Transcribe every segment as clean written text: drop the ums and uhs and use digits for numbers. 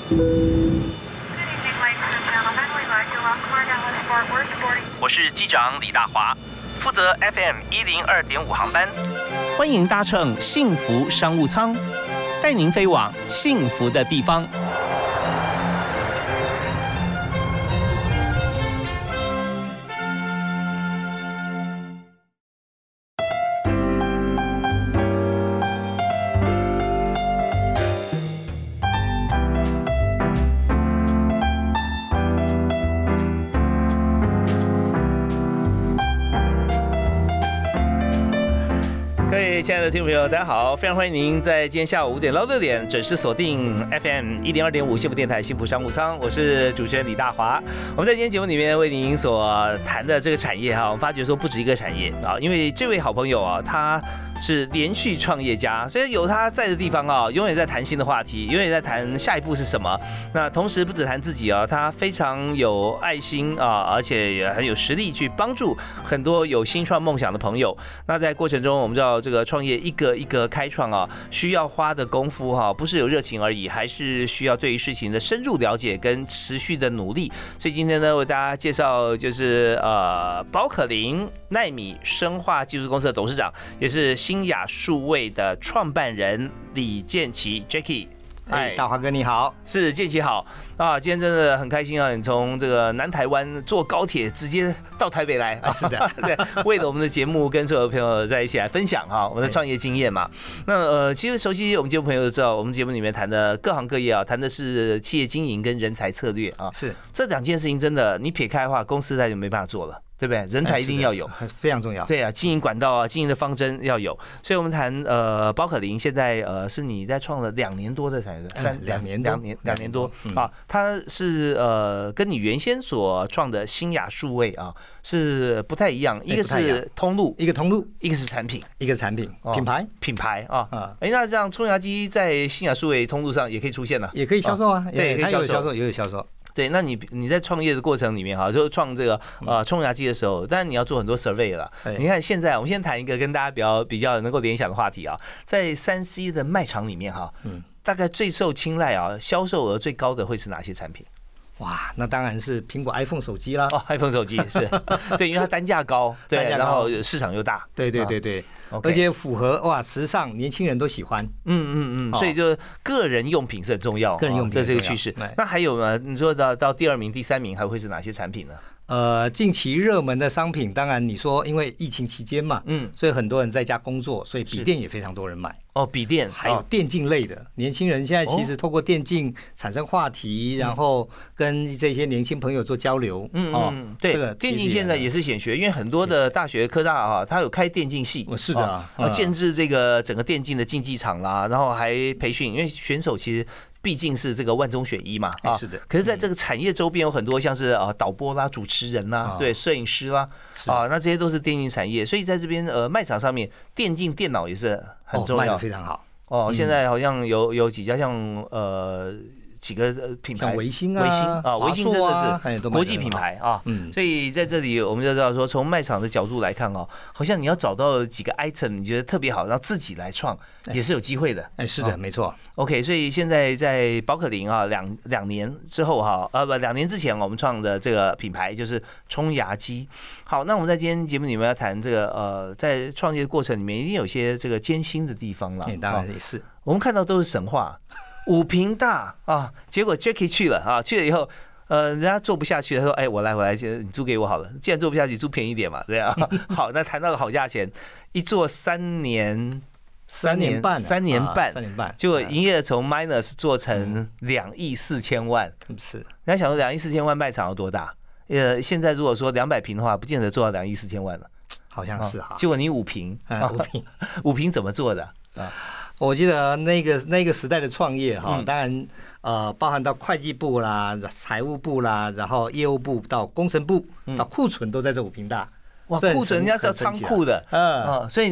我是机长李大华，负责 FM102.5航班，欢迎搭乘幸福商务舱，带您飞往幸福的地方。亲爱的听众朋友，大家好，非常欢迎您在今天下午5点到6点准时锁定 FM102.5幸福电台幸福商务舱，我是主持人李大华。我们在今天节目里面为您所谈的这个产业哈，我们发觉说不止一个产业啊，因为这位好朋友啊，他是连续创业家，所以有他在的地方啊，永远在谈新的话题，永远在谈下一步是什么。那同时不只谈自己啊，他非常有爱心啊，而且也很有实力去帮助很多有新创梦想的朋友。那在过程中，我们知道这个创业一个一个开创啊，需要花的功夫哈，不是有热情而已，还是需要对于事情的深入了解跟持续的努力。所以今天呢，为大家介绍就是宝可林奈米生化技术公司的董事长，也是新雅数位的创办人李建奇 Jacky。 哎，大华哥你好， 是建奇好啊！今天真的很开心啊！你从这个南台湾坐高铁直接到台北来啊！ 是的， 对，为了我们的节目跟所有朋友在一起来分享哈我们的创业经验嘛。那其实熟悉我们节目朋友都知道，我们节目里面谈的各行各业啊，谈的是企业经营跟人才策略啊。 是这两件事情真的，你撇开的话，公司那就没办法做了。对不对？人才一定要有， 非常重要。 对啊，经营管道啊，经营的方针要有。所以我们谈宝可林现在是你在创了2年多的产业，两年多啊。它是跟你原先所创的新雅数位啊是不太一样，一个是通路， 一个通路， 一个是产品， 一个产品品牌啊。那这样冲牙机在新雅数位通路上也可以出现了， 也可以销售啊， 对，可以销售， 也有销售。 对，那你在创业的过程里面哈，就创这个冲牙机的时候，当然你要做很多 survey 了。你看现在，我们先谈一个跟大家比较能够联想的话题啊，在3C 的卖场里面哈，大概最受青睐啊，销售额最高的会是哪些产品？ 哇，那当然是苹果 iPhone 手机啦。 iPhone 手机是，对，因为它单价高，对，然后市场又大， 对。而且符合时尚，年轻人都喜欢。 所以就个人用品是很重要， 个人用品这是个趋势。那还有呢？你说到第2名、第3名还会是哪些产品呢？ 近期热门的商品，当然你说因为疫情期间嘛，所以很多人在家工作，所以笔电也非常多人买。 笔电还有电竞类的，年轻人现在其实透过电竞产生话题，然后跟这些年轻朋友做交流。 对，这个电竞现在也是显学，因为很多的大学科大啊，它有开电竞系， 是的， 建制这个整个电竞的竞技场啦，然后还培训，因为选手其实毕竟是这个万中选一嘛， 是的。 可是在这个产业周边有很多像是导播啦、主持人啦、对，摄影师啦，那这些都是电竞产业，所以在这边卖场上面，电竞电脑也是很重要， 卖得非常好。 现在好像有几家像几个品牌， 像微星微星真的是国际品牌啊，所以在这里我们就知道说，从卖场的角度来看哦，好像你要找到几个 item 你觉得特别好，然后自己来创也是有机会的。 是的，没错。 OK， 所以现在在宝可林啊，两年之后哈，2年之前我们创的这个品牌就是冲牙机。好，那我们在今天节目里面要谈这个在创业的过程里面一定有些这个艰辛的地方了。 当然也是， 我们看到都是神话。5坪大啊，结果 Jacky 去了啊，去了以后，人家做不下去，他说：“哎，我来，你租给我好了。既然做不下去，租便宜一点嘛，对啊。”好，那谈到个好价钱，一做3年半，结果营业额从 minus 做成2亿4千万， 是。人家想说2亿4千万卖场有多大？现在如果说200坪的话，不见得做到2亿4千万了， 好像是哈。 结果你5坪，5坪怎么做的啊？ 我记得那个时代的创业哈，当然包含到会计部啦、财务部啦，然后业务部到工程部到库存都在这5坪大。 哇，库存人家是要仓库的，所以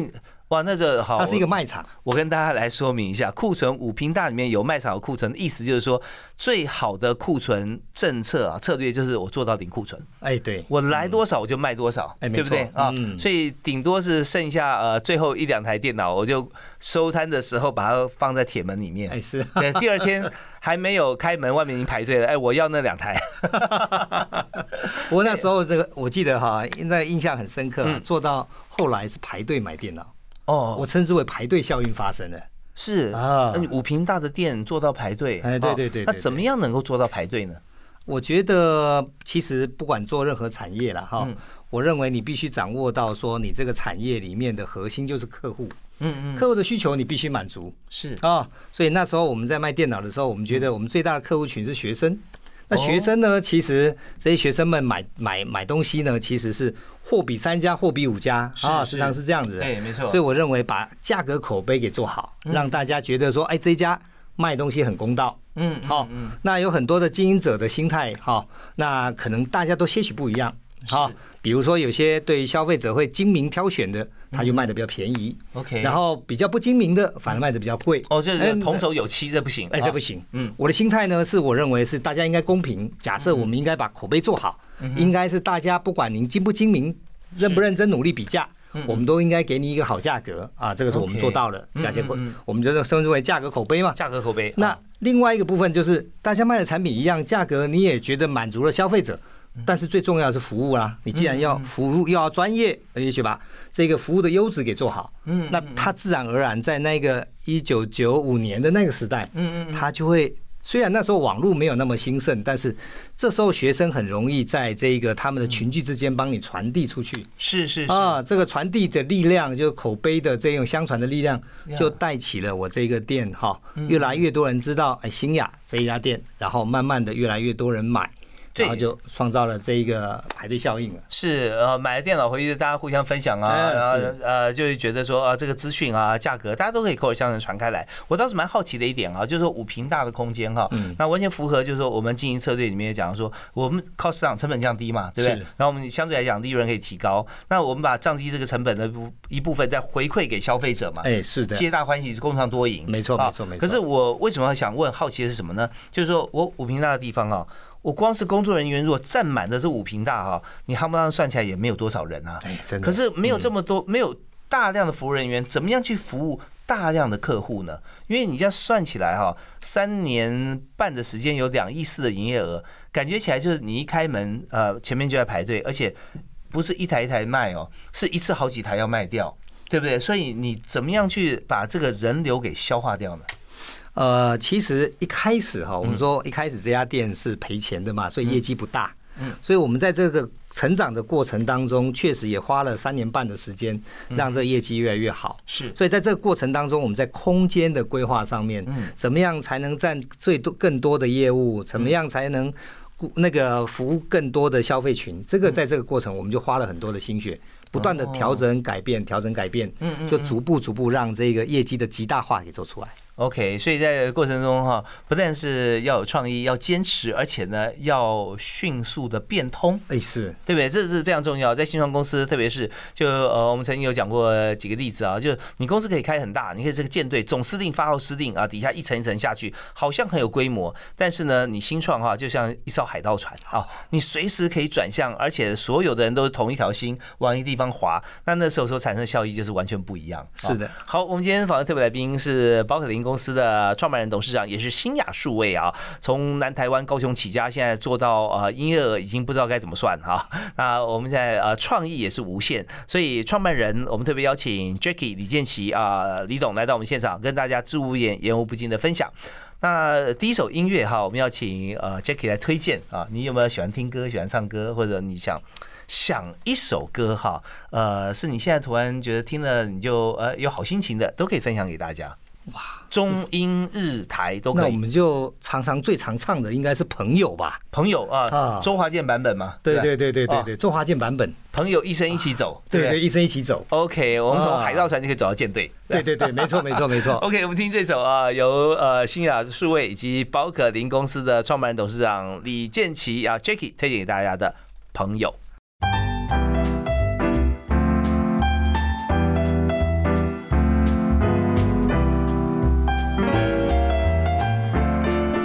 哇，那这好， 它是一个卖场。 我跟大家来说明一下，库存5坪大里面有卖场有库存，意思就是说，最好的库存政策啊策略就是我做到零库存。 哎，对， 我来多少我就卖多少，对不对啊？所以顶多是剩下最后1、2台电脑，我就收摊的时候把它放在铁门里面。 哎，是。 对，第二天还没有开门，外面已经排队了。哎，我要那2台。 不过那时候这个我记得哈，那印象很深刻，做到后来是排队买电脑。哦，我称之为排队效应发生了。 是啊，5坪大的店做到排队， 哎，对。 那怎么样能够做到排队呢？ 我觉得其实不管做任何产业啦，哈，我认为你必须掌握到说你这个产业里面的核心就是客户，客户的需求你必须满足， 是啊，所以那时候我们在卖电脑的时候，我们觉得我们最大的客户群是学生。那学生呢？其实这些学生们买东西呢，其实是货比3家，货比5家啊，时常是这样子的。 对，没错。 所以我认为把价格口碑给做好，让大家觉得说，哎，这家卖东西很公道。好，那有很多的经营者的心态，哈，那可能大家都些许不一样。好，比如说有些对消费者会精明挑选的，他就卖的比较便宜。 OK， 然后比较不精明的，反而卖的比较贵。 哦，这童叟有欺，这不行。 哎，这不行。我的心态呢，是我认为是大家应该公平。假设我们应该把口碑做好，应该是大家不管您精不精明、认不认真努力比价，我们都应该给你一个好价格啊。这个是我们做到了，价钱我们就称之为价格口碑嘛。 价格口碑。 那另外一个部分就是大家卖的产品一样，价格你也觉得满足了消费者。但是最重要的是服务啦，你既然要服务又要专业，也许把这个服务的优质给做好，那它自然而然在那个1995年的那个时代，它就会，虽然那时候网络没有那么兴盛，但是这时候学生很容易在这个他们的群聚之间帮你传递出去， 是啊，这个传递的力量，就是口碑的这种相传的力量，就带起了我这个店哈，越来越多人知道哎新雅这一家店，然后慢慢的越来越多人买。然后就创造了这一个排队效应了。 是买了电脑回去，大家互相分享啊，然后就会觉得说这个资讯啊、价格，大家都可以口耳相传传开来。我倒是蛮好奇的一点啊，就是说5坪大的空间哈，那完全符合就是说我们经营策略里面也讲说，我们靠市场成本降低嘛，对不对？然后我们相对来讲利润可以提高，那我们把降低这个成本的一部分再回馈给消费者嘛。 哎，是的， 皆大欢喜，共创多赢。 没错。 可是我为什么想问好奇的是什么呢？就是说我5坪大的地方啊。我光是工作人员如果占满的是5坪大哈，你夯不啷算起来也没有多少人啊。 真的。 可是没有这么多，没有大量的服务人员，怎么样去服务大量的客户呢？因为你这样算起来哈，3年半的时间有2亿4的营业额，感觉起来就是你一开门前面就在排队，而且不是一台一台卖哦，是一次好几台要卖掉，对不对？所以你怎么样去把这个人流给消化掉呢？ 其实一开始哈，我们说一开始这家店是赔钱的嘛，所以业绩不大。所以我们在这个成长的过程当中，确实也花了3年半的时间，让这个业绩越来越好。 是， 所以在这个过程当中，我们在空间的规划上面，怎么样才能占更多的业务？怎么样才能那个服务更多的消费群？这个在这个过程，我们就花了很多的心血，不断的调整改变，就逐步让这个业绩的极大化给做出来。 OK， 所以在过程中哈，不但是要有创意，要坚持，而且呢要迅速的变通， 是对不对？这是非常重要。在新创公司，特别是我们曾经有讲过几个例子啊，就你公司可以开很大，你可以这个舰队总司令发号施令啊，底下一层一层下去，好像很有规模，但是呢，你新创哈就像一艘海盗船啊，你随时可以转向，而且所有的人都是同一条心往一个地方滑，那时候所产生的效益就是完全不一样。 是的。 好，我们今天访问特别来宾是宝可林公司的创办人、董事长，也是新雅数位啊，从南台湾高雄起家，现在做到营业额已经不知道该怎么算哈。那我们现在创意也是无限，所以创办人我们特别邀请 Jackie 李建奇李董来到我们现场，跟大家知无言言无不尽的分享。那第一首音乐哈，我们要请Jackie 来推荐啊，你有没有喜欢听歌、喜欢唱歌，或者你想一首歌哈，是你现在突然觉得听了你就有好心情的，都可以分享给大家。哇，中英日台都可以。 那我们就最常唱的应该是朋友吧？ 朋友啊，周华健版本嘛。 对，周华健版本。 朋友一生一起走， 对，一生一起走。 OK， 我们从海盗船就可以走到舰队。 对，没错。 OK， 我们听这首由新雅数位以及宝可林公司的创办人、董事长李建奇Jackie 推荐给大家的朋友。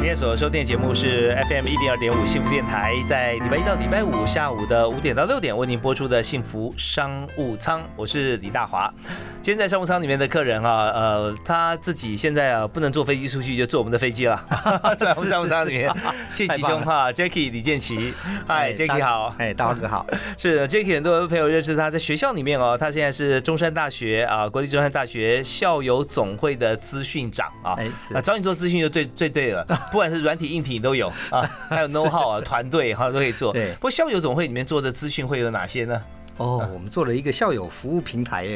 今天所收听的节目是 FM 102.5幸福电台，在礼拜一到礼拜五下午的5点到6点为您播出的幸福商务舱，我是李大华。今天在商务舱里面的客人啊，他自己现在啊不能坐飞机出去，就坐我们的飞机了。在我们商务舱里面，建奇兄哈 ，Jacky 李建奇，嗨 ，Jacky 好， 大华哥好。 是 Jacky 很多朋友认识他，在学校里面哦，他现在是中山大学啊，国立中山大学校友总会的资讯长啊，找你做资讯就最对了。不管是软体硬体都有啊，还有 know how 啊，团队哈都可以做。对，不过校友总会里面做的资讯会有哪些呢？ 我们做了一个校友服务平台，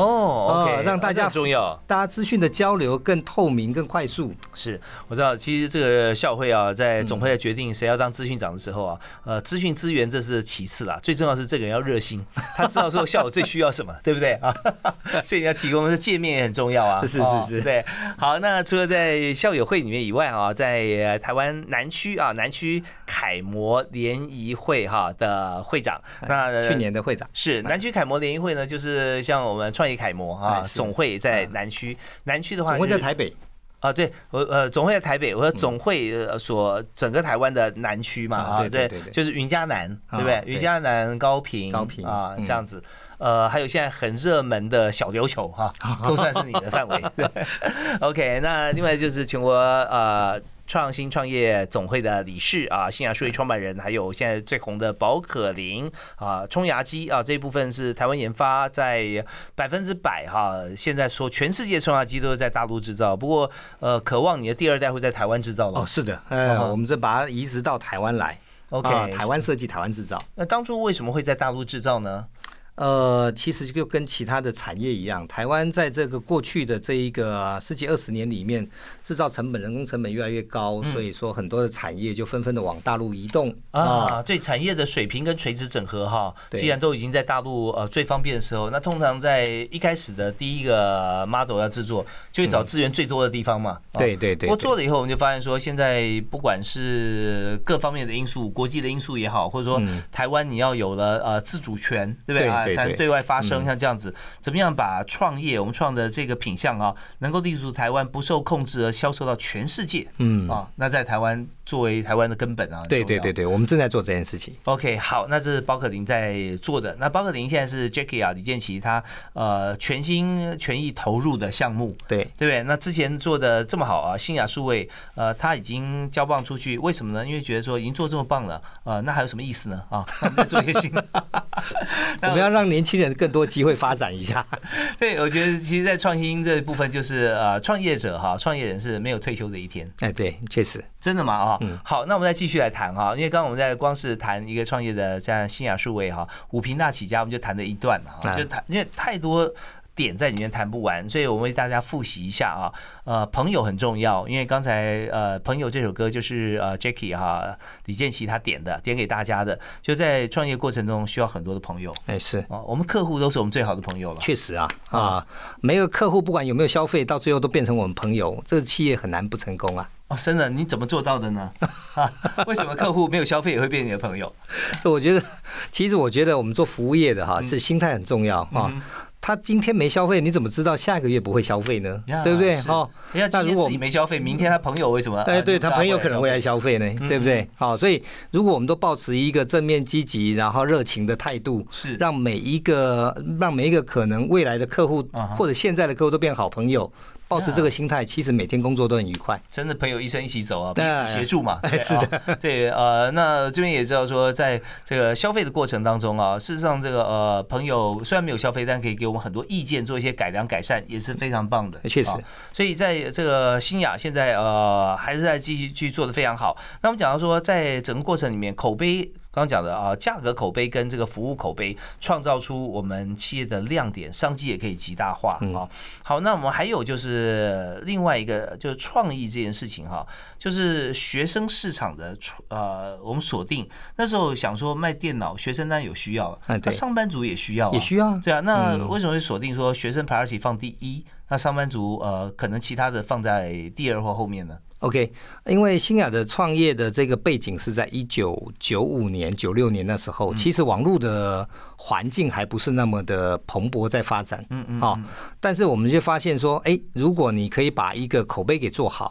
OK， 让大家很重要， 大家资讯的交流更透明、更快速。 是，我知道，其实这个校会啊，在总会在决定谁要当资讯长的时候啊，资讯资源这是其次啦，最重要是这个人要热心，他知道说校友最需要什么，对不对啊？所以你要提供的界面也很重要啊。 是， 对。好，那除了在校友会里面以外啊，在台湾南区啊，南区楷模联谊会哈的会长，那去年的会长。 是南区楷模联谊会呢，就是像我们创业楷模啊，总会在南区，南区的话总会在台北啊，对，总会在台北，我说总会所整个台湾的南区嘛啊，对，就是云嘉南，对不对？云嘉南、高屏啊这样子，还有现在很热门的小琉球哈，都算是你的范围。OK， 那另外就是全国创新创业总会的理事啊，新雅数位创办人，还有现在最红的宝可林啊，冲牙机啊，这一部分是台湾研发，在100%哈。现在说全世界冲牙机都是在大陆制造，不过渴望你的第二代会在台湾制造了。 是的，我们这把它移植到台湾来。OK， 台湾设计，台湾制造。 那当初为什么会在大陆制造呢？ 其实就跟其他的产业一样，台湾在这个过去的这一个10几20年里面，制造成本、人工成本越来越高，所以说很多的产业就纷纷的往大陆移动啊。对，产业的水平跟垂直整合哈，既然都已经在大陆最方便的时候，那通常在一开始的第一个 model 要制作，就会找资源最多的地方嘛。 对。 不过做了以后，我们就发现说，现在不管是各方面的因素，国际的因素也好，或者说台湾你要有了自主权，对不对啊？才能对外发声，像这样子，怎么样把创业我们创的这个品项啊，能够立足台湾，不受控制而销售到全世界？那在台湾作为台湾的根本啊， 对，我们正在做这件事情。 OK， 好，那这是宝可林在做的。那宝可林现在是 Jacky 啊，李建奇他全心全意投入的项目，对不对？那之前做的这么好啊，新雅数位他已经交棒出去，为什么呢？因为觉得说已经做这么棒了，那还有什么意思呢？啊，我们再做一个新的。 我们要让年轻人更多机会发展一下。 对，我觉得其实，在创新这一部分，就是创业者哈，创业人是没有退休的一天。 对，确实， 真的吗？啊，好，那我们再继续来谈哈，因为刚刚我们在光是谈一个创业的像新雅数位哈，5平大起家，我们就谈了一段哈，就谈，因为太多点在里面谈不完，所以我们为大家复习一下啊。朋友很重要，因为刚才朋友这首歌就是Jacky 哈李建奇他点给大家的，就在创业过程中需要很多的朋友。 是我们客户都是我们最好的朋友了。 确实每个客户不管有没有消费，到最后都变成我们朋友，这个企业很难不成功啊。 真的，你怎么做到的呢？为什么客户没有消费也会变你的朋友？ 其实我觉得我们做服务业的是心态很重要他今天没消费，你怎么知道下个月不会消费呢？对不对？ 那如果自己没消费，明天他朋友为什么？ 对，他朋友可能会来消费呢，对不对？所以如果我们都抱持一个正面积极，然后热情的态度，是让每一个可能未来的客户或者现在的客户都变好朋友。抱持这个心态，其实每天工作都很愉快。 真的朋友一生一起走啊，彼此协助嘛。 是的， 对那这边也知道说，在这个消费的过程当中啊，事实上这个朋友虽然没有消费，但可以给我们很多意见，做一些改良改善，也是非常棒的。 确实， 所以在这个新雅现在还是在继续去做的非常好。那我们讲到说，在整个过程里面，口碑。刚刚讲的价格口碑跟这个服务口碑，创造出我们企业的亮点，商机也可以极大化好，那我们还有就是另外一个就是创意这件事情就是学生市场的我们锁定那时候想说卖电脑，学生当然有需要，那上班族也需要，对啊，那为什么会锁定说学生 priority 放第一，那上班族可能其他的放在第二或后面呢 ？OK， 因为新雅的创业的这个背景是在1995年、96年那时候，其实网络的环境还不是那么的蓬勃在发展，但是我们就发现说，如果你可以把一个口碑给做好，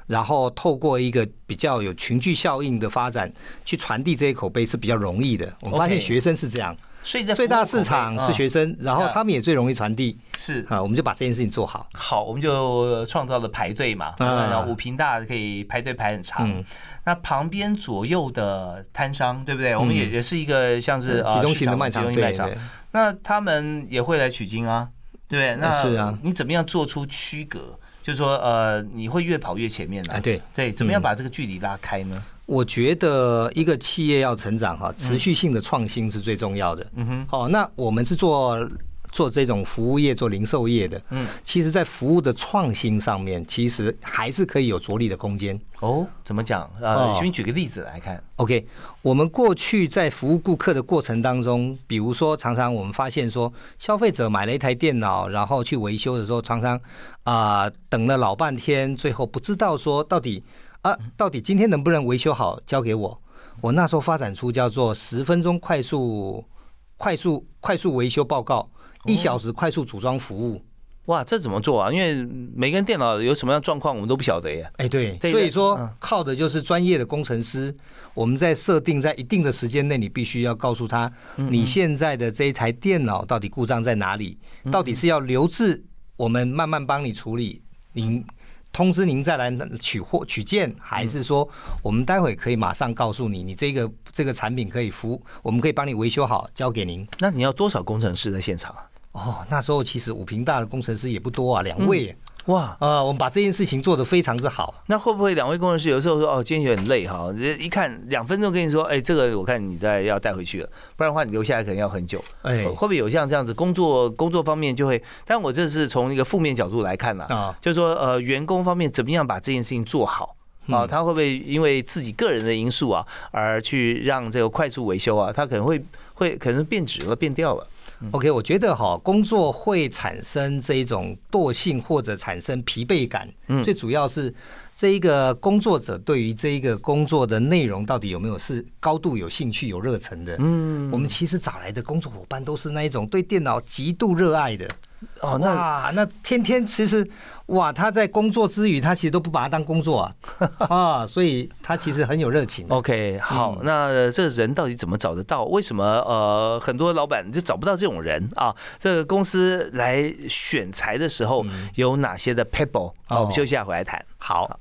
然后透过一个比较有群聚效应的发展，去传递这些口碑是比较容易的。我们发现学生是这样。 所以在最大市场是学生，然后他们也最容易传递。 是啊，我们就把这件事情做好。 好，我们就创造了排队嘛，然后5坪大可以排队排很长。那旁边左右的摊商，对不对？我们也是一个像是集中型的卖场，对。 那他们也会来取经啊，对不对？那是啊， 你怎么样做出区隔？就是说，你会越跑越前面呢？对，怎么样把这个距离拉开呢？ 我觉得一个企业要成长哈，持续性的创新是最重要的。好，那我们是做这种服务业、做零售业的。其实，在服务的创新上面，其实还是可以有着力的空间。 哦，怎么讲？请你举个例子来看。 OK， 我们过去在服务顾客的过程当中，比如说，常常我们发现说，消费者买了一台电脑，然后去维修的时候，常常等了老半天，最后不知道说到底今天能不能维修好，交给我。我那时候发展出叫做10分钟快速维修报告，1小时快速组装服务。 哇，这怎么做啊？因为每个人电脑有什么样的状况，我们都不晓得耶。 对，所以说靠的就是专业的工程师。我们在设定在一定的时间内，你必须要告诉他，你现在的这一台电脑到底故障在哪里，到底是要留置，我们慢慢帮你处理，您通知您再来取件，还是说我们待会可以马上告诉你，你这个产品可以我们可以帮你维修好，交给您。 那你要多少工程师在现场啊？ 那时候其实5坪大的工程师也不多啊，2位。 哇， 我们把这件事情做得非常之好。 那会不会2位工程师有时候说今天有点累哈，一看2分钟跟你说，这个我看你要带回去了，不然的话你留下来可能要很久。会不会有像这样子工作方面就会？但我这是从一个负面角度来看啦，就是说员工方面怎么样把这件事情做好啊？他会不会因为自己个人的因素啊，而去让这个快速维修啊，他可能变质了、变掉了。 OK， 我觉得工作会产生这一种惰性或者产生疲惫感，最主要是这一个工作者对于这一个工作的内容到底有没有是高度有兴趣、有热忱的。我们其实找来的工作伙伴都是那一种对电脑极度热爱的。那天天其实他在工作之余，他其实都不把它当工作啊，所以他其实很有热情。 OK， 好，那这个人到底怎么找得到？为什么很多老板就找不到这种人啊？这个公司来选材的时候有哪些的 people？我们休息一下回来谈。 好。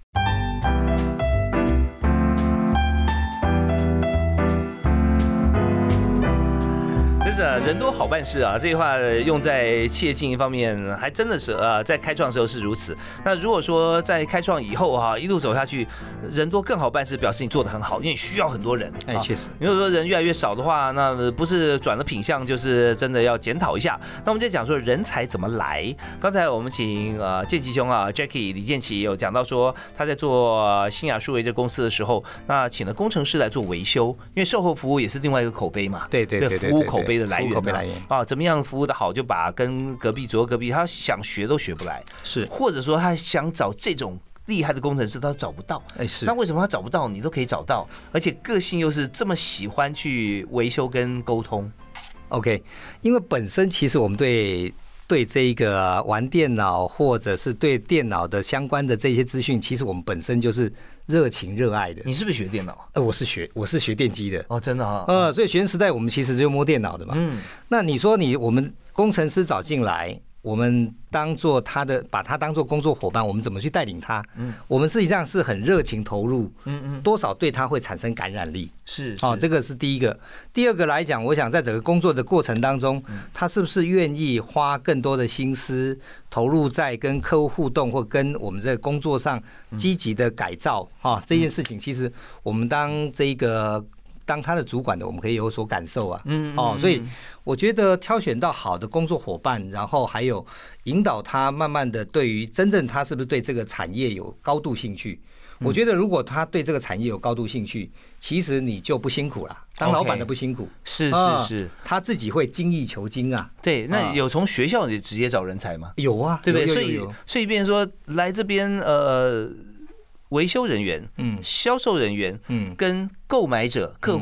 真是人多好办事啊！这句话用在企业经营方面，还真的是在开创的时候是如此。那如果说在开创以后一路走下去，人多更好办事，表示你做得很好，因为你需要很多人。 确实。 如果说人越来越少的话，那不是转了品相，就是真的要检讨一下。那我们在讲说人才怎么来。刚才我们请建奇兄Jackie 李建奇有讲到说，他在做新雅数位这公司的时候，那请了工程师来做维修，因为售后服务也是另外一个口碑嘛。 对， 服务口碑的来源怎么样服务的好，就把跟左右隔壁他想学都学不来， 是， 或者说他想找这种厉害的工程师，他找不到。 是。 那为什么他找不到，你都可以找到，而且个性又是这么喜欢去维修跟沟通 ？OK， 因为本身其实我们对这一个玩电脑或者是对电脑的相关的这些资讯，其实我们本身就是热情热爱的。 你是不是学电脑？ 我是学电机的。 真的所以学生时代我们其实就摸电脑的嘛。那你说我们工程师找进来，我们把他当做工作伙伴，我们怎么去带领他？我们实际上是很热情投入，多少对他会产生感染力。 是， 这个是第一个。第二个来讲，我想在整个工作的过程当中，他是不是愿意花更多的心思投入在跟客户互动或跟我们在工作上积极的改造这件事情，其实我们当他的主管的，我们可以有所感受啊。所以我觉得挑选到好的工作伙伴，然后还有引导他慢慢的对于真正他是不是对这个产业有高度兴趣。我觉得如果他对这个产业有高度兴趣，其实你就不辛苦了，当老板的不辛苦。 是， 他自己会精益求精啊。 对，那有从学校里直接找人才吗？ 有啊， 对不对？所以变成说来这边维修人员、销售人员跟购买者、客户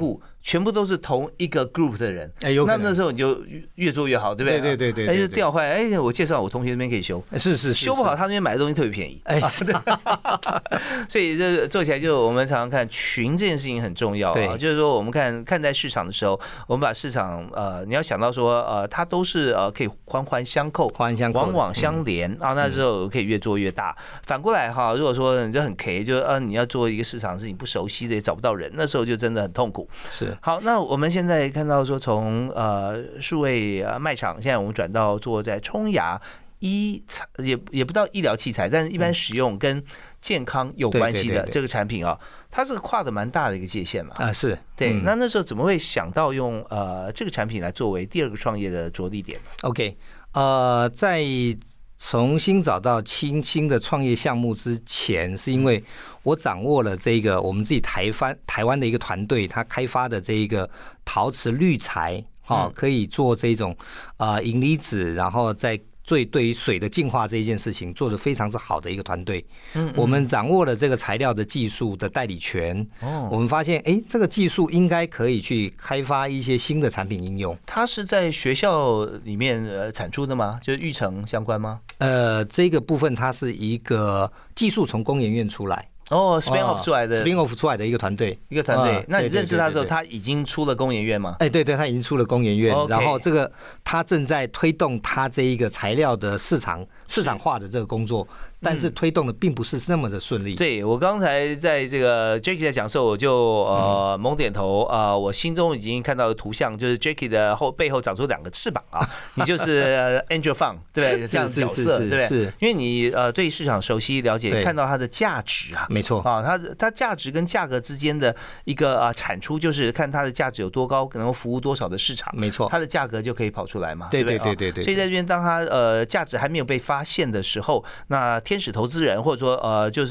全部都是同一个 group 的人，那时候你就越做越好，对不对？对，就调坏，我介绍我同学那边可以修， 是修不好，他那边买的东西特别便宜，所以这做起来就我们常常看群这件事情很重要啊，就是说我们看待市场的时候，我们把市场你要想到说它都是可以环环相扣，往往相连啊，那时候可以越做越大。反过来哈，如果说你就很 K， 就你要做一个市场是你不熟悉的，也找不到人，那时候就真的很痛苦。 是。 好，那我们现在看到说，从数位卖场，现在我们转到做在冲牙也不到医疗器材，但是一般使用跟健康有关系的这个产品啊，它是跨的蛮大的一个界限嘛。 是对。那时候怎么会想到用这个产品来作为第二个创业的着力点呢 ？OK， 在重新找到新的创业项目之前，是因为我掌握了这个我们自己台湾的一个团队，他开发的这一个陶瓷滤材，可以做这种银离子，然后再对于水的净化这一件事情做得非常之好的一个团队。我们掌握了这个材料的技术的代理权。我们发现这个技术应该可以去开发一些新的产品应用。 它是在学校里面产出的吗？就是育成相关吗？ 这个部分它是一个技术从工研院出来。 spin off 出来的一个团队， 那你认识他的时候，他已经出了工研院吗？ 对，他已经出了工研院，然后他正在推动他这一个材料的市场化的这个工作。但是推动的并不是那么的顺利。 对，我刚才在这个 Jackie 在讲的时候，我就猛点头我心中已经看到的图像，就是 Jackie 的背后长出2个翅膀啊，你就是 Angel Fund 对不对？这样的角色对不对？是，因为你对市场熟悉了解，看到它的价值啊， 没错啊，它价值跟价格之间的一个产出，就是看它的价值有多高，可能服务多少的市场， 没错， 它的价格就可以跑出来嘛， 对。 所以在这边，当它价值还没有被发现的时候，那天使投资人或者说就是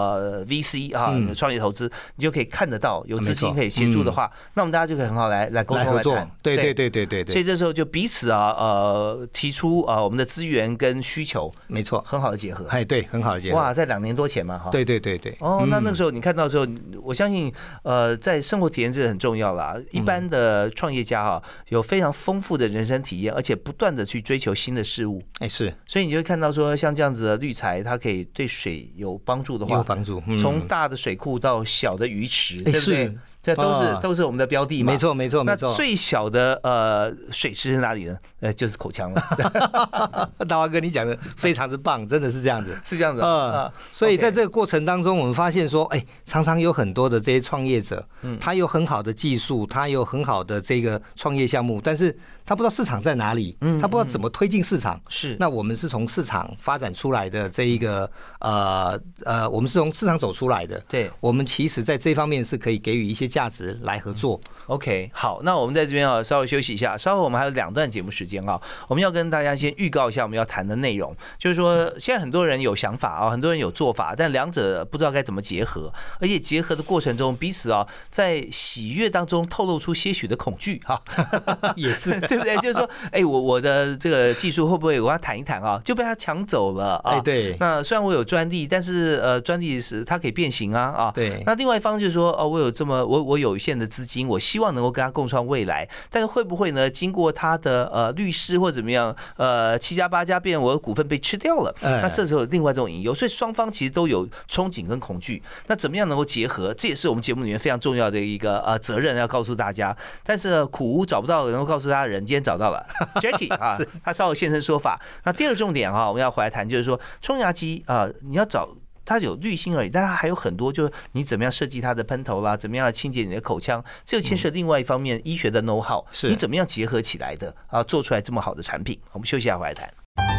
VC 啊创业投资，你就可以看得到有资金可以协助的话，那我们大家就可以很好来沟通来谈。 对。 所以这时候就彼此提出我们的资源跟需求， 没错， 很好的结合。 对，很好的结合。 哇，在2年多前嘛哈。 对。 那个时候你看到的时候，我相信在生活体验这个很重要啦。一般的创业家有非常丰富的人生体验，而且不断的去追求新的事物。 是。 所以你就会看到说，像这样子的滤材，它可以对水有帮助的话， 有帮助。 从大的水库到小的鱼池，对不对？这都是我们的标的嘛。 没错。 那最小的水池是哪里呢？就是口腔了。 大华哥，你讲的非常之棒，真的是这样子， 是这样子所以在这个过程当中，我们发现说，常常有很多的这些创业者，他有很好的技术，他有很好的这个创业项目，但是他不知道市场在哪里，他不知道怎么推进市场。 是。 那我们是从市场发展出来的这一个我们是从市场走出来的。 对。 我们其实在这方面是可以给予一些价值来合作。 OK， 好，那我们在这边稍微休息一下，稍后我们还有2段节目时间我们要跟大家先预告一下我们要谈的内容，就是说现在很多人有想法很多人有做法，但2者不知道该怎么结合，而且结合的过程中，彼此在喜悦当中透露出些许的恐惧也是对不对？就是说，我的这个技术会不会我要谈一谈就被他抢走了对。 那虽然我有专利，但是专利是它可以变形对。 那另外一方就是说我有我有限的资金，我希望能够跟他共创未来，但是会不会呢？经过他的律师或怎么样7家8家变我的股份被吃掉了，那这时候有另外一种隐忧，所以双方其实都有憧憬跟恐惧。那怎么样能够结合？这也是我们节目里面非常重要的一个责任要告诉大家。但是苦无找不到能够告诉他的人，今天找到了 Jackie 他稍后现身说法。那第2重点我们要回来谈，就是说冲牙机你要找。它有滤芯而已，但它还有很多，就是你怎么样设计它的喷头啦，怎么样清洁你的口腔，这个牵涉另外一方面医学的 know how， 你怎么样结合起来的做出来这么好的产品。我们休息一下回来谈。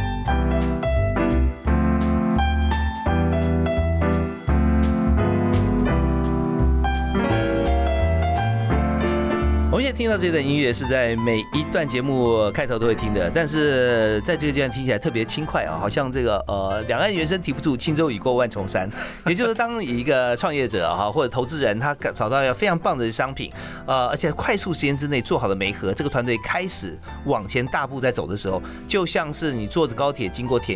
我们现在听到这段音乐是在每一段节目开头都会听的，但是在这个阶段听起来特别轻快好像这个两岸猿声啼不住，轻舟已过万重山。也就是当一个创业者或者投资人，他找到一个非常棒的商品，而且快速时间之内做好了媒合，这个团队开始往前大步在走的时候，就像是你坐着高铁经过田野，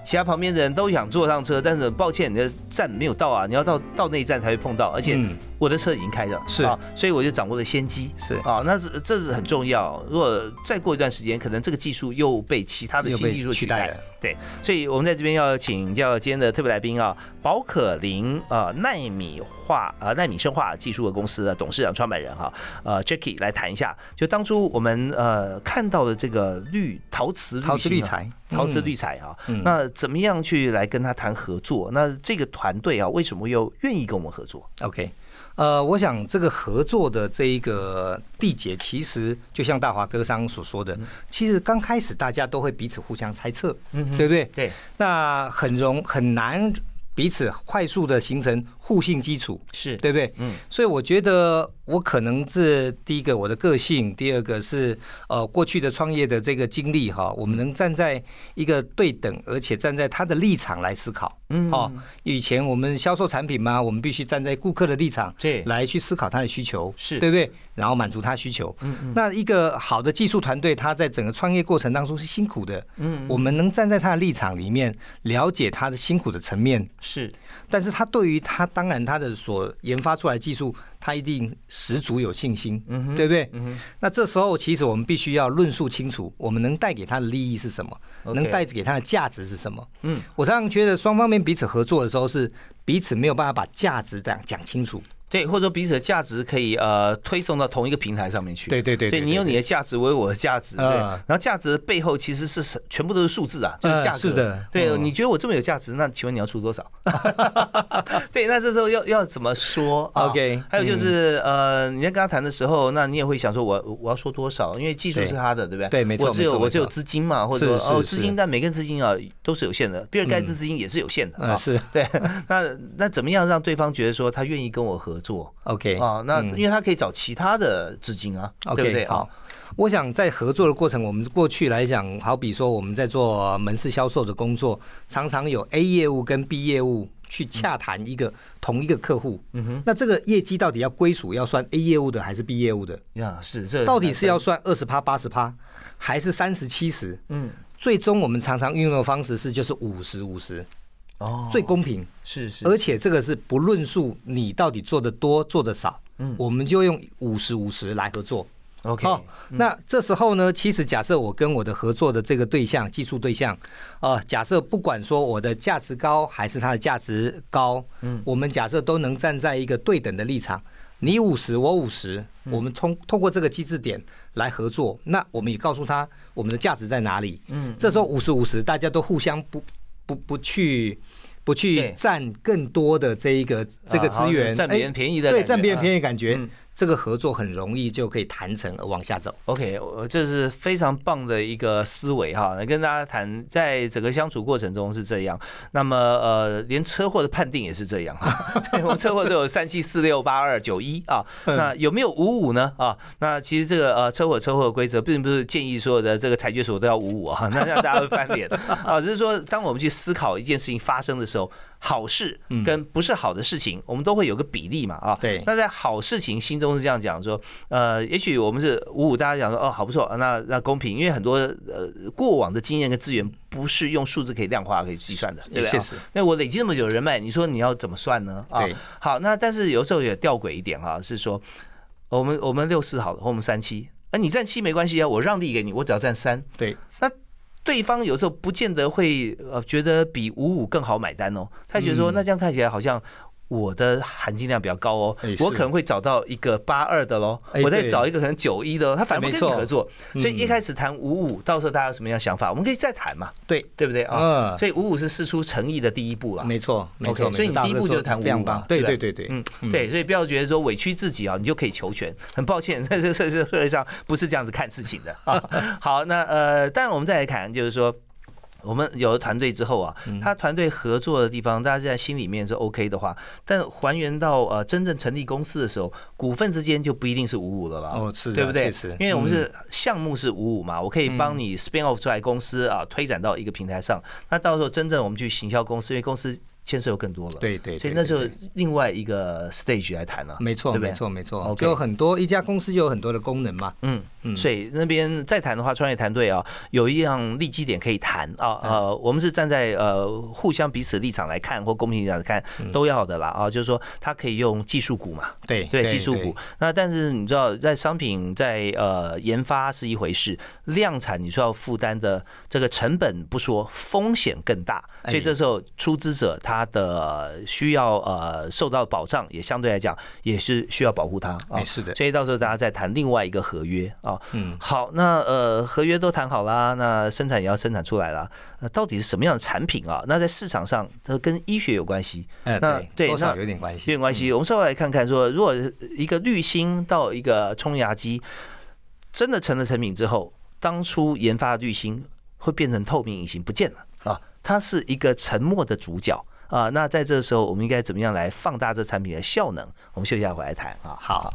其他旁边的人都想坐上车，但是抱歉，你的站没有到啊，你要到那一站才会碰到，而且我的车已经开了， 是啊，所以我就掌握了先机， 是啊，那这是很重要。如果再过一段时间，可能这个技术又被其他的新技术取代了，对，所以我们在这边要请教今天的特别来宾啊，宝可林奈米生化技术的公司的董事长创办人哈Jacky 来谈一下，就当初我们看到的这个陶瓷滤材啊，那怎么样去来跟他谈合作？那这个团队啊，为什么又愿意跟我们合作 ？OK。我想这个合作的这一个缔结，其实就像大华哥刚刚所说的，其实刚开始大家都会彼此互相猜测，对不对？ 对， 那很难彼此快速的形成互信基础， 是对不对？所以我觉得我可能是第一个我的个性，第二个是过去的创业的这个经历哈，我们能站在一个对等，而且站在他的立场来思考。以前我们销售产品嘛，我们必须站在顾客的立场来去思考他的需求， 是对不对？然后满足他需求。那一个好的技术团队，他在整个创业过程当中是辛苦的。我们能站在他的立场里面，了解他的辛苦的层面， 是。 但是他对于他当然他的所研发出来的技术，他一定十足有信心，对不对？那这时候其实我们必须要论述清楚，我们能带给他的利益是什么，能带给他的价值是什么。我常常觉得双方面彼此合作的时候，是彼此没有办法把价值讲清楚。 对，或者说彼此的价值可以推送到同一个平台上面去。对，你有你的价值，我有我的价值。对，然后价值的背后其实是全部都是数字啊，就是价格。 是的， 对，你觉得我这么有价值，那请问你要出多少？对，那这时候要怎么说 ？OK， 还有就是你在跟他谈的时候，那你也会想说我要说多少？因为技术是他的，对不对？ 对，没错。 我只有资金嘛，或者说资金，但每个人资金啊都是有限的，比尔盖茨资金也是有限的。 是， 对。那怎么样让对方觉得说他愿意跟我合作 ？OK 啊，那因为他可以找其他的资金啊，对不对？ 好，我想在合作的过程，我们过去来讲，好比说我们在做门市销售的工作，常常有 A 业务跟 B 业务去洽谈同一个客户，那这个业绩到底要归属要算 A 业务的还是 B 业务的？ 是这到底是要算20%、80%，还是30%、70%？最终我们常常运用的方式是就是50-50。最公平是， 而且这个是不论述你到底做的多做的少，我们就用50-50来合作。 OK， 那这时候呢，其实假设我跟我的合作的这个对象，技术对象，假设不管说我的价值高还是他的价值高，我们假设都能站在一个对等的立场，你50我50，我们通过这个机制点来合作，那我们也告诉他我们的价值在哪里。这时候50-50，大家都互相不去占更多的这个资源， 占别人便宜的， 对，占别人便宜的感觉。这个合作很容易就可以谈成而往下走。 OK， 这是非常棒的一个思维哈，来跟大家谈，在整个相处过程中是这样。那么连车祸的判定也是这样哈。对，我们车祸都有37468291啊，那有没有55呢？啊，那其实这个车祸的规则并不是建议所有的这个裁决所都要55啊，那让大家会翻脸啊。只是说，当我们去思考一件事情发生的时候，好事跟不是好的事情，我们都会有个比例嘛啊。 对。 那在好事情心中是这样讲说，也许我们是55，大家讲说好不错，那公平，因为很多过往的经验跟资源不是用数字可以量化可以计算的，对不对？ 确实。 那我累积那么久人脉，你说你要怎么算呢？ 对。 好，那但是有时候也吊诡一点哈，是说我们64好了，或我们37，你占7没关系啊，我让利给你，我只要占3。 对。 那对方有时候不见得会觉得比55更好买单哦，他觉得说那这样看起来好像我的含金量比较高哦，我可能会找到一个82的喽，我再找一个可能91的，他反而不跟你合作，所以一开始谈55，到时候大家有什么样的想法，我们可以再谈嘛，对不对啊？所以55是释出诚意的第一步了， 没错 ，OK， 所以你第一步就是谈55嘛， 对， 对，所以不要觉得说委屈自己啊，你就可以求全，很抱歉，在这个社会上不是这样子看事情的啊。好，那当然我们再来看，就是说。我们有了团队之后啊，他团队合作的地方，大家在心里面是 OK 的话，但还原到真正成立公司的时候，股份之间就不一定是55了吧？ 是， 对不对？因为我们是项目是55嘛，我可以帮你 spin off 出来公司啊，推展到一个平台上。那到时候真正我们去行销公司，因为公司牵涉有更多了， 对， 所以那时候另外一个 stage 来谈了， 没错，就很多一家公司就有很多的功能嘛， 所以那边再谈的话，创业团队啊，有一样利基点可以谈啊。我们是站在互相彼此立场来看，或公平立场来看，都要的啦啊。就是说，它可以用技术股嘛，对，技术股。那但是你知道，在商品在研发是一回事，量产你说要负担的这个成本不说，风险更大。所以这时候出资者他的需要受到保障，也相对来讲也是需要保护他啊。 是的。 所以到时候大家再谈另外一个合约啊。好，那合约都谈好啦，那生产也要生产出来啦。到底是什么样的产品啊？那在市场上它跟医学有关系， 那对，多少有点关系， 有点关系。我们稍微来看看说，如果一个滤芯到一个冲牙机真的成了成品之后，当初研发的滤芯会变成透明隐形不见了啊，它是一个沉默的主角啊。那在这个时候，我们应该怎么样来放大这产品的效能？我们休息一下回来谈啊。好。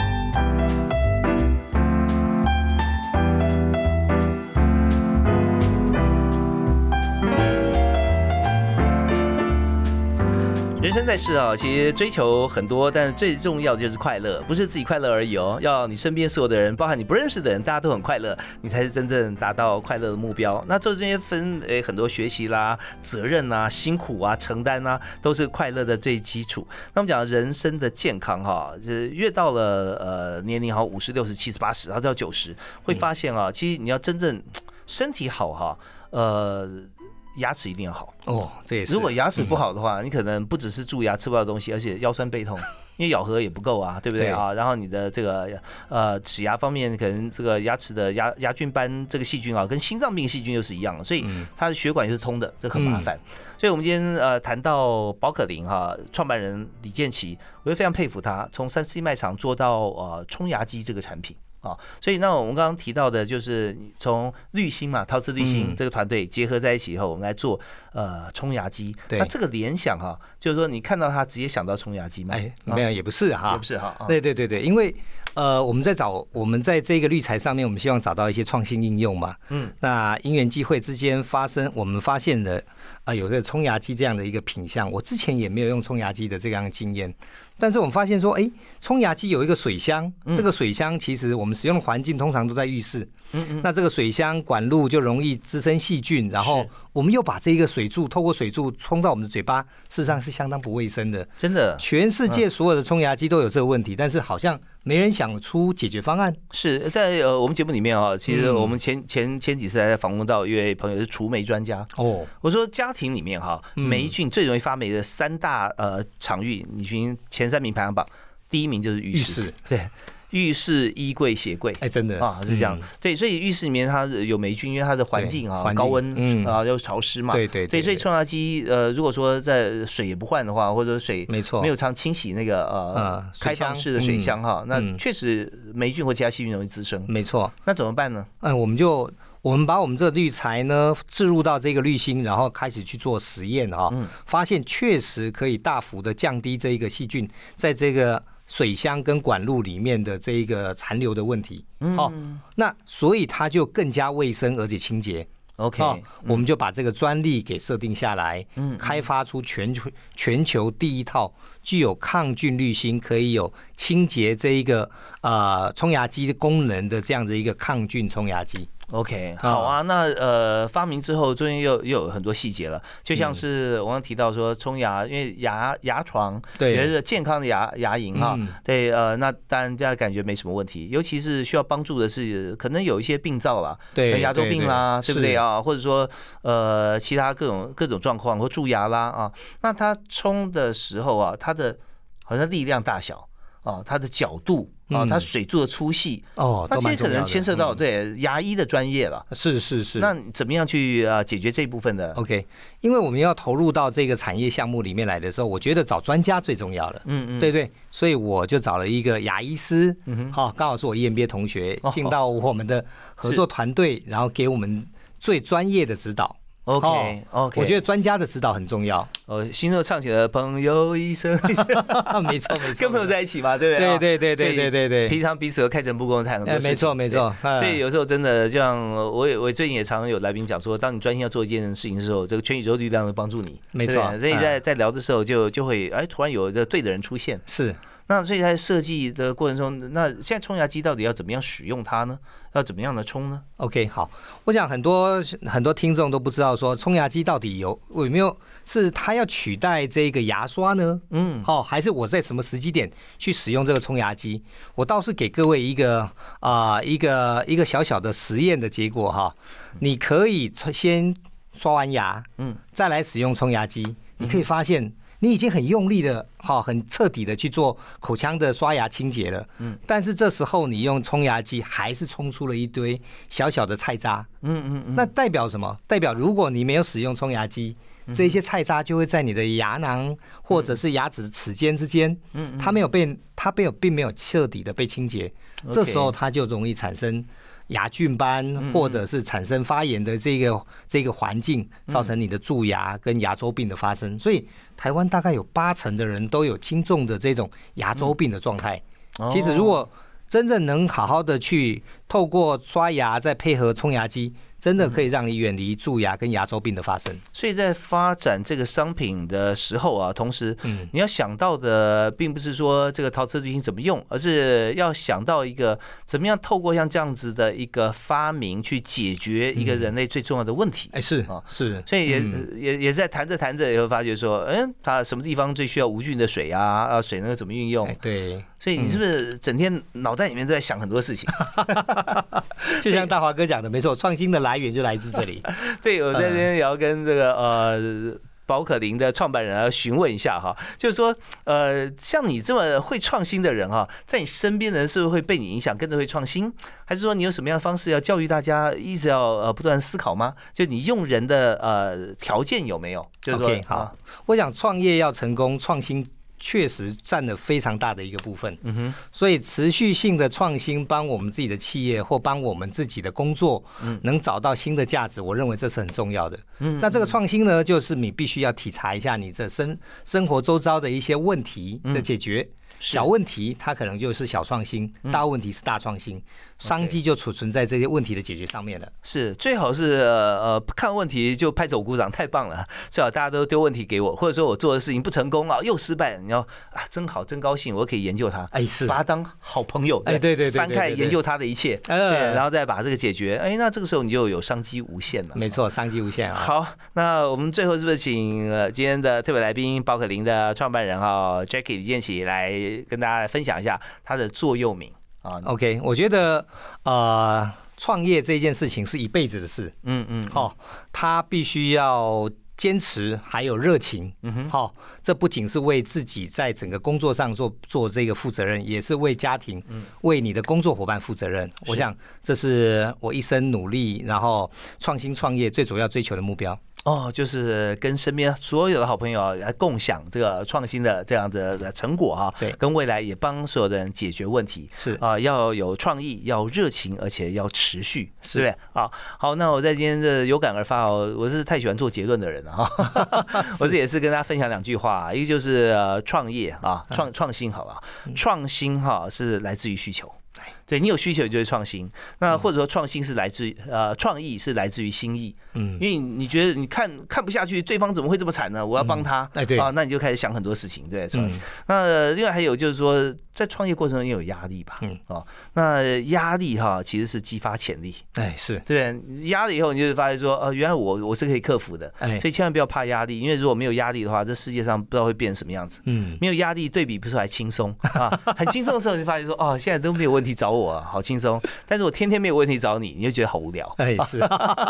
人生在世啊，其实追求很多，但是最重要的就是快乐，不是自己快乐而已哦，要你身边所有的人，包含你不认识的人，大家都很快乐，你才是真正达到快乐的目标。那这些分很多学习啦、责任啊、辛苦啊、承担啊，都是快乐的最基础。那我们讲人生的健康哈，越到了年龄好50、60、70、80，然后到90，会发现啊，其实你要真正身体好哈，牙齿一定要好哦，这也是。 如果牙齿不好的话，你可能不只是蛀牙吃不到东西，而且腰酸背痛，因为咬合也不够啊，对不对啊？然后你的这个齿牙方面，可能这个牙齿的牙菌斑这个细菌啊，跟心脏病细菌又是一样的，所以它的血管又是通的，这很麻烦。所以我们今天谈到宝可林哈，创办人李健琦，我就非常佩服他，从3C 卖场做到冲牙机这个产品。所以那我们刚刚提到的就是从滤芯嘛，陶瓷滤芯这个团队结合在一起以后，我们来做冲牙机。那这个联想哈，就是说你看到它直接想到冲牙机吗？ 没有，也不是哈， 也不是哈。 对，因为我们在这个滤材上面，我们希望找到一些创新应用嘛。那因缘际会之间发生，我们发现了有个冲牙机这样的一个品项，我之前也没有用冲牙机的这样的经验。但是我们发现说，冲牙机有一个水箱，这个水箱其实我们使用的环境通常都在浴室，那这个水箱管路就容易滋生细菌，然后我们又把这个水柱透过水柱冲到我们的嘴巴，事实上是相当不卫生的。真的，全世界所有的冲牙机都有这个问题，但是好像没人想出解决方案。 是在我们节目里面啊，其实我们前几次还在访问到一位朋友是除霉专家哦。我说家庭里面哈，霉菌最容易发霉的3大场域，你寻前3名排行榜，第1名就是浴室，对。浴室、衣柜、鞋柜， 真的啊是这样。对，所以浴室里面它有霉菌，因为它的环境啊高温又潮湿嘛。对，所以冲牙机如果说在水也不换的话，或者水没有常清洗那个开放式的水箱哈，那确实霉菌或其他细菌容易滋生。 没错， 那怎么办呢？ 我们把我们这个滤材呢置入到这个滤芯，然后开始去做实验哈，发现确实可以大幅的降低这一个细菌在这个水箱跟管路里面的这一个残留的问题，那所以它就更加卫生而且清洁。OK，我们就把这个专利给设定下来，开发出全球第一套具有抗菌滤芯，可以有清洁这一个冲牙机功能的这样的一个抗菌冲牙机。 OK， 好啊，那发明之后，中间又有很多细节了，就像是我刚提到说冲牙，因为牙床也是健康的牙龈哈，对，那当然大家感觉没什么问题，尤其是需要帮助的是可能有一些病灶啦，对，牙周病啦，对不对啊？或者说其他各种状况或蛀牙啦啊，那它冲的时候啊，它的好像力量大小啊，它的角度。它水柱的粗细那其实可能牵涉到对牙医的专业了。是。那怎么样去解决这一部分的 ？OK， 因为我们要投入到这个产业项目里面来的时候，我觉得找专家最重要了。对，所以我就找了一个牙医师，刚好是我 EMBA 同学，进到我们的合作团队，然后给我们最专业的指导。OK， 我觉得专家的指导很重要。 心若唱起了朋友一生， 没错， 跟朋友在一起嘛，对不对？对， 平常彼此都开诚布公谈很多事情， 没错。 所以有时候真的，就像我最近也常有来宾讲说，当你专心要做一件事情的时候，这个全宇宙力量会帮助你， 没错。 所以在聊的时候就会突然有一个对的人出现。 是。 那所以在设计的过程中，那现在冲牙机到底要怎么样使用它呢？要怎么样的冲呢 ？OK， 好，我想很多听众都不知道说冲牙机到底有没有是它要取代这个牙刷呢？还是我在什么时机点去使用这个冲牙机？我倒是给各位一个小小的实验的结果哈，你可以先刷完牙，再来使用冲牙机，你可以发现。你已经很用力的、很彻底的去做口腔的刷牙清洁了，但是这时候你用冲牙机还是冲出了一堆小小的菜渣，那代表什么？代表如果你没有使用冲牙机，这些菜渣就会在你的牙囊或者是牙齿齿间之间，它并没有彻底的被清洁，这时候它就容易产生牙菌斑，或者是产生发炎的这个环境，造成你的蛀牙跟牙周病的发生。所以台湾大概有80%的人都有轻重的这种牙周病的状态。其实如果真正能好好的去透过刷牙再配合冲牙机，真的可以让你远离蛀牙跟牙周病的发生。 所以在发展这个商品的时候啊，同时你要想到的并不是说这个陶瓷滤芯怎么用，而是要想到一个怎么样透过像这样子的一个发明去解决一个人类最重要的问题。 是， 所以也在谈着也会发觉说，它什么地方最需要无菌的水啊？水能够怎么运用？ 对。 所以你是不是整天脑袋里面都在想很多事情？ 就像大华哥讲的，没错，创新的来源就来自这里。 对，我在这边也要跟这个宝可林的创办人要询问一下哈，就是说像你这么会创新的人哈，在你身边的人是不是会被你影响，跟着会创新？还是说你有什么样的方式要教育大家，一直要不断思考吗？就你用人的条件有没有？就是说 OK， 好，我想创业要成功，创新确实占了非常大的一个部分，所以持续性的创新帮我们自己的企业或帮我们自己的工作能找到新的价值，我认为这是很重要的。那这个创新呢，就是你必须要体察一下你这生活周遭的一些问题的解决。小问题它可能就是小创新，大问题是大创新，商机就储存在这些问题的解决上面了。 是，最好是看问题就拍手鼓掌，太棒了！最好大家都丢问题给我，或者说我做的事情不成功啊，又失败了，你要真好，真高兴，我可以研究它， 是把它当好朋友， 对， 翻开研究它的一切，对，然后再把这个解决，那这个时候你就有商机无限了。 没错，商机无限啊。 好，那我们最后是不是请今天的特别来宾宝可林的创办人Jackie 李建启来跟大家分享一下他的座右铭啊。 OK， 我觉得创业这件事情是一辈子的事，他必须要坚持，还有热情，这不仅是为自己在整个工作上做这个负责任，也是为家庭，为你的工作伙伴负责任。我想这是我一生努力，然后创新创业最主要追求的目标。 就是跟身边所有的好朋友来共享这个创新的这样的成果哈， 对， 跟未来也帮所有的人解决问题， 是要有创意，要热情，而且要持续， 是对不对？好，那我在今天这有感而发我是太喜欢做结论的人了哈，我这也是跟大家分享2句话，一个就是创业创新好了，创新是来自于需求。对，你有需求，你就会创新。那或者说创新是来自于创意是来自于心意。因为你觉得你看不下去，对方怎么会这么惨呢？我要帮他。 对那你就开始想很多事情，对。那另外还有就是说，在创业过程中也有压力吧。那压力其实是激发潜力。 是对，压了以后你就会发现说，原来我是可以克服的。所以千万不要怕压力，因为如果没有压力的话，这世界上不知道会变成什么样子。没有压力对比不出来轻松很轻松的时候，你就发现说，现在都没有问题找我。好轻松，但是我天天没有问题找你，你就觉得好无聊。 是。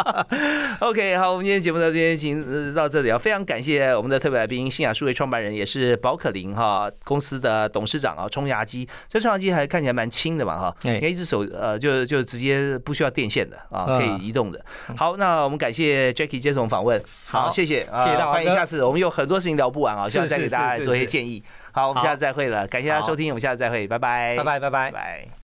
OK， 好，我们今天节目到这里非常感谢我们的特别来宾，新雅数位创办人，也是宝可林公司的董事长冲牙机。这冲牙机还看起来蛮轻的嘛你看一只手就直接不需要电线的可以移动的。好，那我们感谢 Jackie 接受访问。好，谢谢大家，欢迎下次，我们有很多事情聊不完希望再给大家做一些建议。好，我们下次再会了，感谢大家收听，我们下次再会，拜拜， 拜拜。